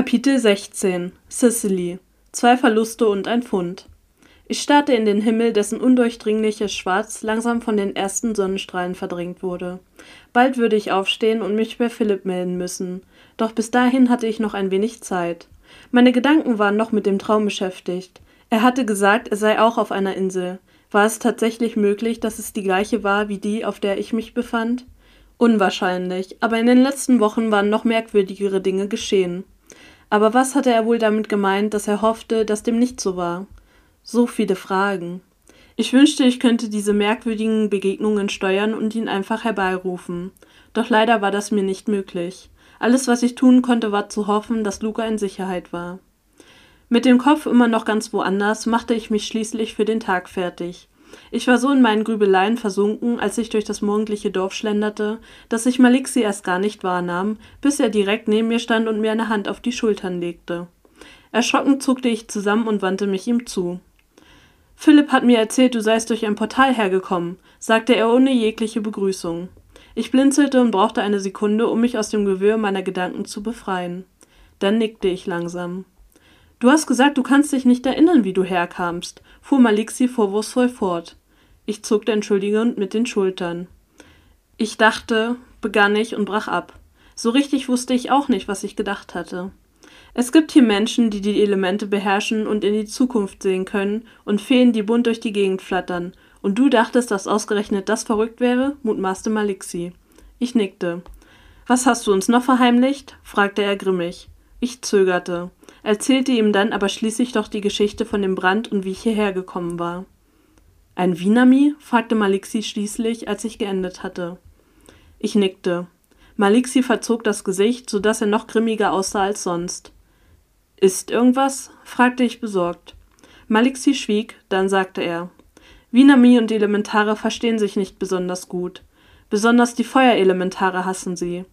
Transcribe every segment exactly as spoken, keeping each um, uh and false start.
Kapitel sechzehn Cicely. Zwei Verluste und ein Fund. Ich starrte in den Himmel, dessen undurchdringliches Schwarz langsam von den ersten Sonnenstrahlen verdrängt wurde. Bald würde ich aufstehen und mich bei Philipp melden müssen, doch bis dahin hatte ich noch ein wenig Zeit. Meine Gedanken waren noch mit dem Traum beschäftigt. Er hatte gesagt, er sei auch auf einer Insel. War es tatsächlich möglich, dass es die gleiche war wie die, auf der ich mich befand? Unwahrscheinlich, aber in den letzten Wochen waren noch merkwürdigere Dinge geschehen. Aber was hatte er wohl damit gemeint, dass er hoffte, dass dem nicht so war? So viele Fragen. Ich wünschte, ich könnte diese merkwürdigen Begegnungen steuern und ihn einfach herbeirufen. Doch leider war das mir nicht möglich. Alles, was ich tun konnte, war zu hoffen, dass Luca in Sicherheit war. Mit dem Kopf immer noch ganz woanders, machte ich mich schließlich für den Tag fertig. Ich war so in meinen Grübeleien versunken, als ich durch das morgendliche Dorf schlenderte, dass ich Maliksi erst gar nicht wahrnahm, bis er direkt neben mir stand und mir eine Hand auf die Schultern legte. Erschrocken zuckte ich zusammen und wandte mich ihm zu. »Philipp hat mir erzählt, du seist durch ein Portal hergekommen«, sagte er ohne jegliche Begrüßung. Ich blinzelte und brauchte eine Sekunde, um mich aus dem Gewirr meiner Gedanken zu befreien. Dann nickte ich langsam. »Du hast gesagt, du kannst dich nicht erinnern, wie du herkamst«, fuhr Maliksi vorwurfsvoll fort. Ich zuckte entschuldigend mit den Schultern. »Ich dachte«, begann ich und brach ab. So richtig wusste ich auch nicht, was ich gedacht hatte. Es gibt hier Menschen, die die Elemente beherrschen und in die Zukunft sehen können, und Feen, die bunt durch die Gegend flattern. Und du dachtest, dass ausgerechnet das verrückt wäre?« mutmaßte Maliksi. Ich nickte. »Was hast du uns noch verheimlicht?« fragte er grimmig. Ich zögerte, erzählte ihm dann aber schließlich doch die Geschichte von dem Brand und wie ich hierher gekommen war. »Ein Vinami?« fragte Maliksi schließlich, als ich geendet hatte. Ich nickte. Maliksi verzog das Gesicht, so dass er noch grimmiger aussah als sonst. »Ist irgendwas?« fragte ich besorgt. Maliksi schwieg, dann sagte er. »Vinami und Elementare verstehen sich nicht besonders gut. Besonders die Feuerelementare hassen sie.«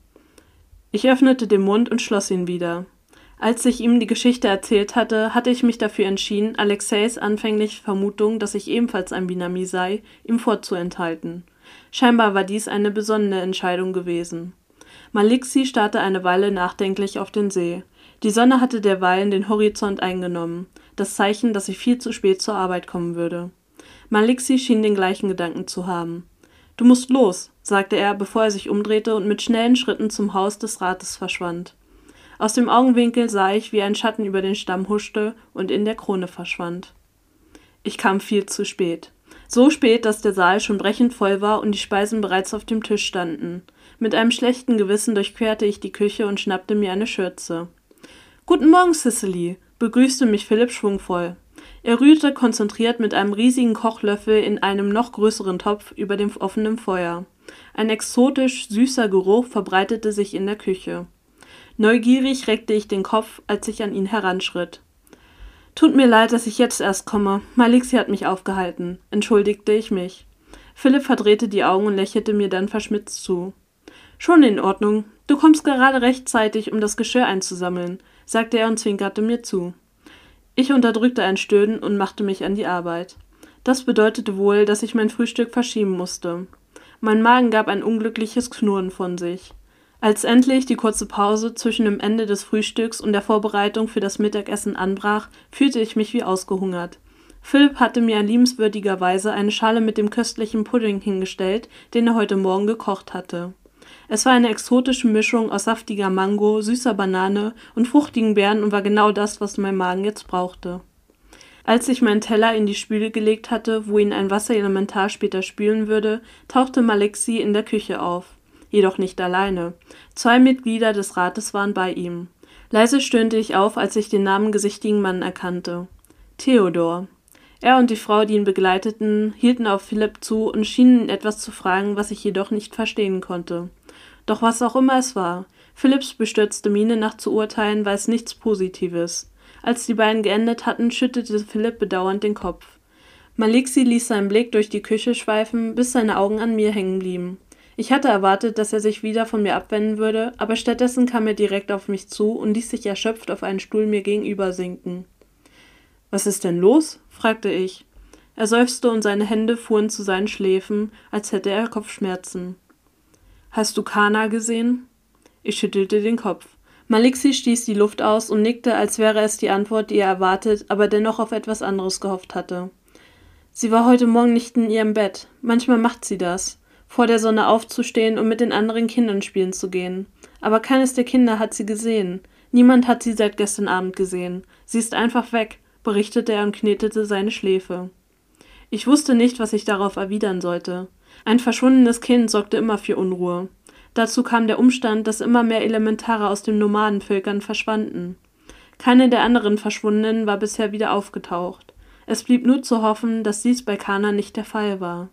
Ich öffnete den Mund und schloss ihn wieder. Als ich ihm die Geschichte erzählt hatte, hatte ich mich dafür entschieden, Alexeis anfängliche Vermutung, dass ich ebenfalls ein Vinami sei, ihm vorzuenthalten. Scheinbar war dies eine besonnene Entscheidung gewesen. Maliksi starrte eine Weile nachdenklich auf den See. Die Sonne hatte derweilen den Horizont eingenommen, das Zeichen, dass ich viel zu spät zur Arbeit kommen würde. Maliksi schien den gleichen Gedanken zu haben. »Du musst los«, sagte er, bevor er sich umdrehte und mit schnellen Schritten zum Haus des Rates verschwand. Aus dem Augenwinkel sah ich, wie ein Schatten über den Stamm huschte und in der Krone verschwand. Ich kam viel zu spät. So spät, dass der Saal schon brechend voll war und die Speisen bereits auf dem Tisch standen. Mit einem schlechten Gewissen durchquerte ich die Küche und schnappte mir eine Schürze. »Guten Morgen, Cicely«, begrüßte mich Philipp schwungvoll. Er rührte konzentriert mit einem riesigen Kochlöffel in einem noch größeren Topf über dem offenen Feuer. Ein exotisch süßer Geruch verbreitete sich in der Küche. Neugierig reckte ich den Kopf, als ich an ihn heranschritt. »Tut mir leid, dass ich jetzt erst komme. Maliksi hat mich aufgehalten«, entschuldigte ich mich. Philipp verdrehte die Augen und lächelte mir dann verschmitzt zu. »Schon in Ordnung. Du kommst gerade rechtzeitig, um das Geschirr einzusammeln«, sagte er und zwinkerte mir zu. Ich unterdrückte ein Stöhnen und machte mich an die Arbeit. Das bedeutete wohl, dass ich mein Frühstück verschieben musste. Mein Magen gab ein unglückliches Knurren von sich. Als endlich die kurze Pause zwischen dem Ende des Frühstücks und der Vorbereitung für das Mittagessen anbrach, fühlte ich mich wie ausgehungert. Philipp hatte mir liebenswürdigerweise eine Schale mit dem köstlichen Pudding hingestellt, den er heute Morgen gekocht hatte. Es war eine exotische Mischung aus saftiger Mango, süßer Banane und fruchtigen Beeren und war genau das, was mein Magen jetzt brauchte. Als ich meinen Teller in die Spüle gelegt hatte, wo ihn ein Wasserelementar später spülen würde, tauchte Maliksi in der Küche auf. Jedoch nicht alleine. Zwei Mitglieder des Rates waren bei ihm. Leise stöhnte ich auf, als ich den namengesichtigen Mann erkannte. Theodor. Er und die Frau, die ihn begleiteten, hielten auf Philipp zu und schienen ihn etwas zu fragen, was ich jedoch nicht verstehen konnte. Doch was auch immer es war, Philipps bestürzte Miene nach zu urteilen, war es nichts Positives. Als die beiden geendet hatten, schüttelte Philipp bedauernd den Kopf. Maliksi ließ seinen Blick durch die Küche schweifen, bis seine Augen an mir hängen blieben. Ich hatte erwartet, dass er sich wieder von mir abwenden würde, aber stattdessen kam er direkt auf mich zu und ließ sich erschöpft auf einen Stuhl mir gegenüber sinken. »Was ist denn los?« fragte ich. Er seufzte und seine Hände fuhren zu seinen Schläfen, als hätte er Kopfschmerzen. »Hast du Kana gesehen?« Ich schüttelte den Kopf. Malixi stieß die Luft aus und nickte, als wäre es die Antwort, die er erwartet, aber dennoch auf etwas anderes gehofft hatte. Sie war heute Morgen nicht in ihrem Bett. Manchmal macht sie das, vor der Sonne aufzustehen und mit den anderen Kindern spielen zu gehen. Aber keines der Kinder hat sie gesehen. Niemand hat sie seit gestern Abend gesehen. Sie ist einfach weg, berichtete er und knetete seine Schläfe. Ich wusste nicht, was ich darauf erwidern sollte. Ein verschwundenes Kind sorgte immer für Unruhe. Dazu kam der Umstand, dass immer mehr Elementare aus den Nomadenvölkern verschwanden. Keine der anderen Verschwundenen war bisher wieder aufgetaucht. Es blieb nur zu hoffen, dass dies bei Kana nicht der Fall war.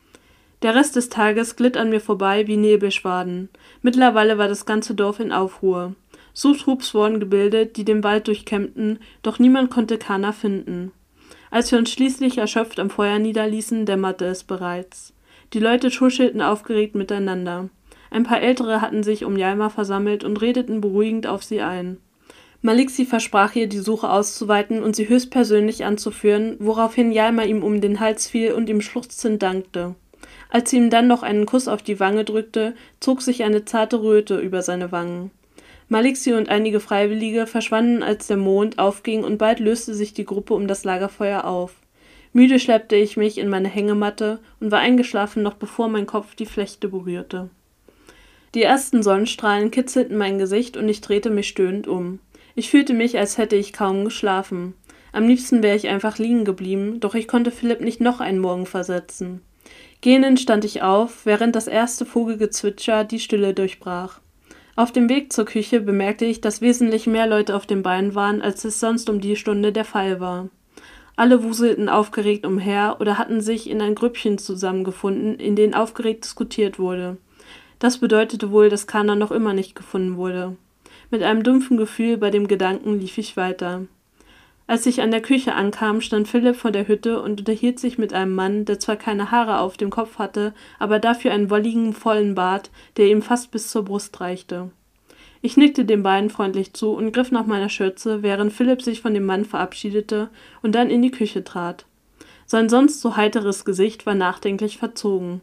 Der Rest des Tages glitt an mir vorbei wie Nebelschwaden. Mittlerweile war das ganze Dorf in Aufruhr. Suchtrupps wurden gebildet, die den Wald durchkämmten, doch niemand konnte Kana finden. Als wir uns schließlich erschöpft am Feuer niederließen, dämmerte es bereits. Die Leute tuschelten aufgeregt miteinander. Ein paar Ältere hatten sich um Jalma versammelt und redeten beruhigend auf sie ein. Malixi versprach ihr, die Suche auszuweiten und sie höchstpersönlich anzuführen, woraufhin Jalma ihm um den Hals fiel und ihm schluchzend dankte. Als sie ihm dann noch einen Kuss auf die Wange drückte, zog sich eine zarte Röte über seine Wangen. Malixi und einige Freiwillige verschwanden, als der Mond aufging, und bald löste sich die Gruppe um das Lagerfeuer auf. Müde schleppte ich mich in meine Hängematte und war eingeschlafen, noch bevor mein Kopf die Flechte berührte. Die ersten Sonnenstrahlen kitzelten mein Gesicht und ich drehte mich stöhnend um. Ich fühlte mich, als hätte ich kaum geschlafen. Am liebsten wäre ich einfach liegen geblieben, doch ich konnte Philipp nicht noch einen Morgen versetzen. Gähnend stand ich auf, während das erste Vogelgezwitscher die Stille durchbrach. Auf dem Weg zur Küche bemerkte ich, dass wesentlich mehr Leute auf den Beinen waren, als es sonst um die Stunde der Fall war. Alle wuselten aufgeregt umher oder hatten sich in ein Grüppchen zusammengefunden, in denen aufgeregt diskutiert wurde. Das bedeutete wohl, dass Kana noch immer nicht gefunden wurde. Mit einem dumpfen Gefühl bei dem Gedanken lief ich weiter. Als ich an der Küche ankam, stand Philipp vor der Hütte und unterhielt sich mit einem Mann, der zwar keine Haare auf dem Kopf hatte, aber dafür einen wolligen, vollen Bart, der ihm fast bis zur Brust reichte. Ich nickte den beiden freundlich zu und griff nach meiner Schürze, während Philipp sich von dem Mann verabschiedete und dann in die Küche trat. Sein sonst so heiteres Gesicht war nachdenklich verzogen.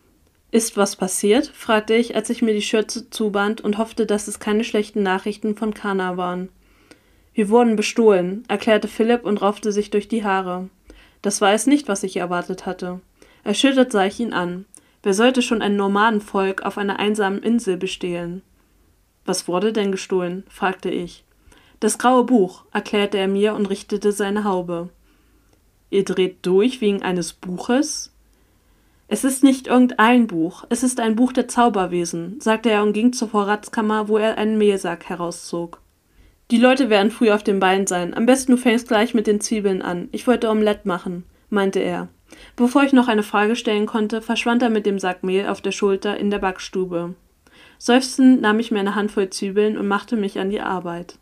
»Ist was passiert?« fragte ich, als ich mir die Schürze zuband und hoffte, dass es keine schlechten Nachrichten von Kana waren. »Wir wurden bestohlen«, erklärte Philipp und raufte sich durch die Haare. Das war es nicht, was ich erwartet hatte. Erschüttert sah ich ihn an. Wer sollte schon ein Nomadenvolk auf einer einsamen Insel bestehlen? »Was wurde denn gestohlen?« fragte ich. »Das graue Buch«, erklärte er mir und richtete seine Haube. »Ihr dreht durch wegen eines Buches?« »Es ist nicht irgendein Buch, es ist ein Buch der Zauberwesen«, sagte er und ging zur Vorratskammer, wo er einen Mehlsack herauszog. »Die Leute werden früh auf den Beinen sein. Am besten du fängst gleich mit den Zwiebeln an. Ich wollte Omelette machen«, meinte er. Bevor ich noch eine Frage stellen konnte, verschwand er mit dem Sack Mehl auf der Schulter in der Backstube. Seufzend nahm ich mir eine Handvoll Zwiebeln und machte mich an die Arbeit.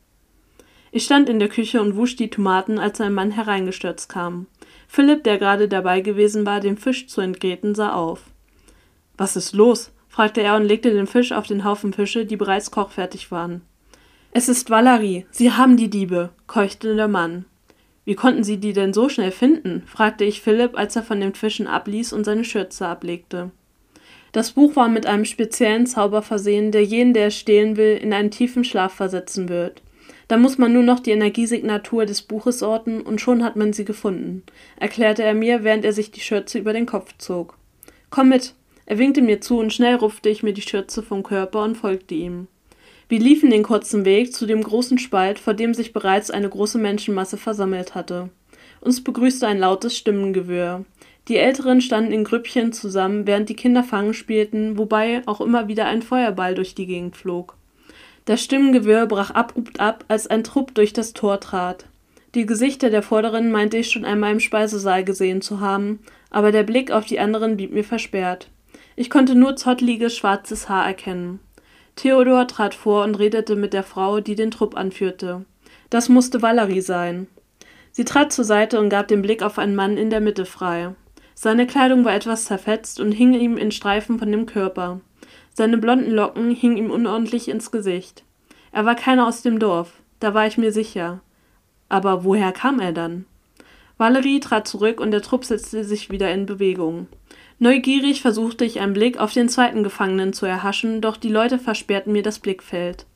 Ich stand in der Küche und wusch die Tomaten, als ein Mann hereingestürzt kam. Philipp, der gerade dabei gewesen war, den Fisch zu entgräten, sah auf. »Was ist los?« fragte er und legte den Fisch auf den Haufen Fische, die bereits kochfertig waren. »Es ist Valerie. Sie haben die Diebe«, keuchte der Mann. »Wie konnten Sie die denn so schnell finden?« fragte ich Philipp, als er von den Fischen abließ und seine Schürze ablegte. Das Buch war mit einem speziellen Zauber versehen, der jeden, der es stehlen will, in einen tiefen Schlaf versetzen wird. Da muss man nur noch die Energiesignatur des Buches orten und schon hat man sie gefunden«, erklärte er mir, während er sich die Schürze über den Kopf zog. »Komm mit!« Er winkte mir zu und schnell rupfte ich mir die Schürze vom Körper und folgte ihm. Wir liefen den kurzen Weg zu dem großen Spalt, vor dem sich bereits eine große Menschenmasse versammelt hatte. Uns begrüßte ein lautes Stimmengewirr. Die Älteren standen in Grüppchen zusammen, während die Kinder Fangen spielten, wobei auch immer wieder ein Feuerball durch die Gegend flog. Das Stimmengewirr brach abrupt ab, als ein Trupp durch das Tor trat. Die Gesichter der Vorderen meinte ich schon einmal im Speisesaal gesehen zu haben, aber der Blick auf die anderen blieb mir versperrt. Ich konnte nur zottliges, schwarzes Haar erkennen. Theodor trat vor und redete mit der Frau, die den Trupp anführte. Das musste Valerie sein. Sie trat zur Seite und gab den Blick auf einen Mann in der Mitte frei. Seine Kleidung war etwas zerfetzt und hing ihm in Streifen von dem Körper. Seine blonden Locken hingen ihm unordentlich ins Gesicht. Er war keiner aus dem Dorf, da war ich mir sicher. Aber woher kam er dann? Valerie trat zurück und der Trupp setzte sich wieder in Bewegung. Neugierig versuchte ich einen Blick auf den zweiten Gefangenen zu erhaschen, doch die Leute versperrten mir das Blickfeld.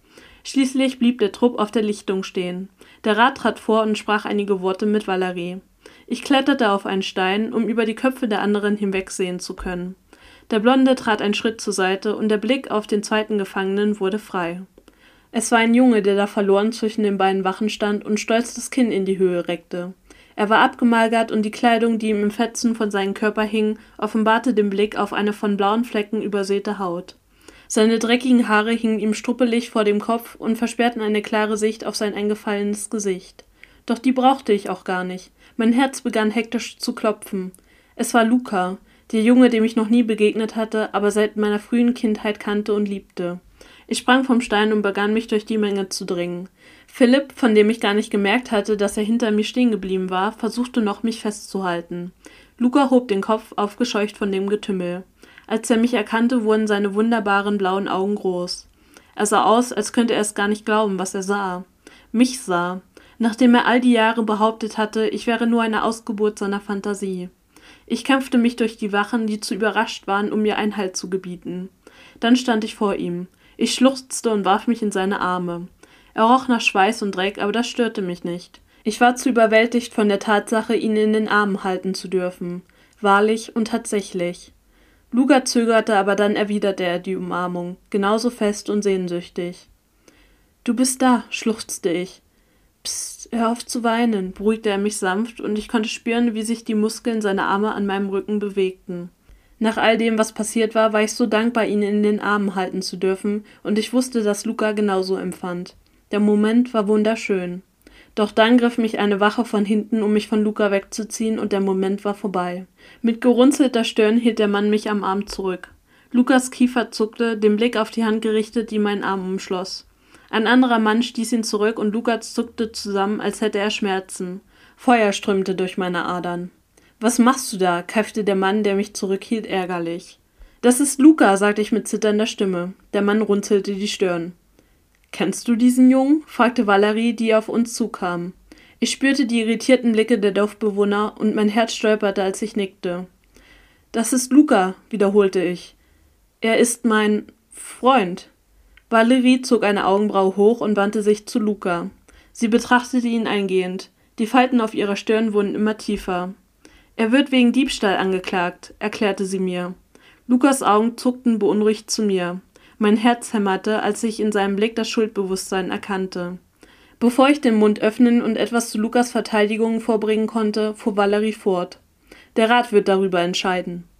Schließlich blieb der Trupp auf der Lichtung stehen. Der Rat trat vor und sprach einige Worte mit Valerie. Ich kletterte auf einen Stein, um über die Köpfe der anderen hinwegsehen zu können. Der Blonde trat einen Schritt zur Seite und der Blick auf den zweiten Gefangenen wurde frei. Es war ein Junge, der da verloren zwischen den beiden Wachen stand und stolz das Kinn in die Höhe reckte. Er war abgemagert und die Kleidung, die ihm im Fetzen von seinem Körper hing, offenbarte den Blick auf eine von blauen Flecken übersäte Haut. Seine dreckigen Haare hingen ihm struppelig vor dem Kopf und versperrten eine klare Sicht auf sein eingefallenes Gesicht. Doch die brauchte ich auch gar nicht. Mein Herz begann hektisch zu klopfen. Es war Luca, der Junge, dem ich noch nie begegnet hatte, aber seit meiner frühen Kindheit kannte und liebte. Ich sprang vom Stein und begann, mich durch die Menge zu dringen. Philipp, von dem ich gar nicht gemerkt hatte, dass er hinter mir stehen geblieben war, versuchte noch, mich festzuhalten. Luca hob den Kopf, aufgescheucht von dem Getümmel. Als er mich erkannte, wurden seine wunderbaren blauen Augen groß. Er sah aus, als könnte er es gar nicht glauben, was er sah. Mich sah, nachdem er all die Jahre behauptet hatte, ich wäre nur eine Ausgeburt seiner Fantasie. Ich kämpfte mich durch die Wachen, die zu überrascht waren, um mir Einhalt zu gebieten. Dann stand ich vor ihm. Ich schluchzte und warf mich in seine Arme. Er roch nach Schweiß und Dreck, aber das störte mich nicht. Ich war zu überwältigt von der Tatsache, ihn in den Armen halten zu dürfen. Wahrlich und tatsächlich. Luca zögerte, aber dann erwiderte er die Umarmung, genauso fest und sehnsüchtig. »Du bist da«, schluchzte ich. »Psst, hör auf zu weinen«, beruhigte er mich sanft, und ich konnte spüren, wie sich die Muskeln seiner Arme an meinem Rücken bewegten. Nach all dem, was passiert war, war ich so dankbar, ihn in den Armen halten zu dürfen, und ich wusste, dass Luca genauso empfand. Der Moment war wunderschön. Doch dann griff mich eine Wache von hinten, um mich von Luca wegzuziehen, und der Moment war vorbei. Mit gerunzelter Stirn hielt der Mann mich am Arm zurück. Lukas Kiefer zuckte, den Blick auf die Hand gerichtet, die meinen Arm umschloss. Ein anderer Mann stieß ihn zurück und Lukas zuckte zusammen, als hätte er Schmerzen. Feuer strömte durch meine Adern. »Was machst du da?« keifte der Mann, der mich zurückhielt, ärgerlich. »Das ist Luca«, sagte ich mit zitternder Stimme. Der Mann runzelte die Stirn. »Kennst du diesen Jungen?« fragte Valerie, die auf uns zukam. Ich spürte die irritierten Blicke der Dorfbewohner und mein Herz stolperte, als ich nickte. »Das ist Luca«, wiederholte ich. »Er ist mein Freund.« Valerie zog eine Augenbraue hoch und wandte sich zu Luca. Sie betrachtete ihn eingehend. Die Falten auf ihrer Stirn wurden immer tiefer. »Er wird wegen Diebstahl angeklagt«, erklärte sie mir. Lukas Augen zuckten beunruhigt zu mir. Mein Herz hämmerte, als ich in seinem Blick das Schuldbewusstsein erkannte. Bevor ich den Mund öffnen und etwas zu Lukas Verteidigung vorbringen konnte, fuhr Valerie fort. »Der Rat wird darüber entscheiden.«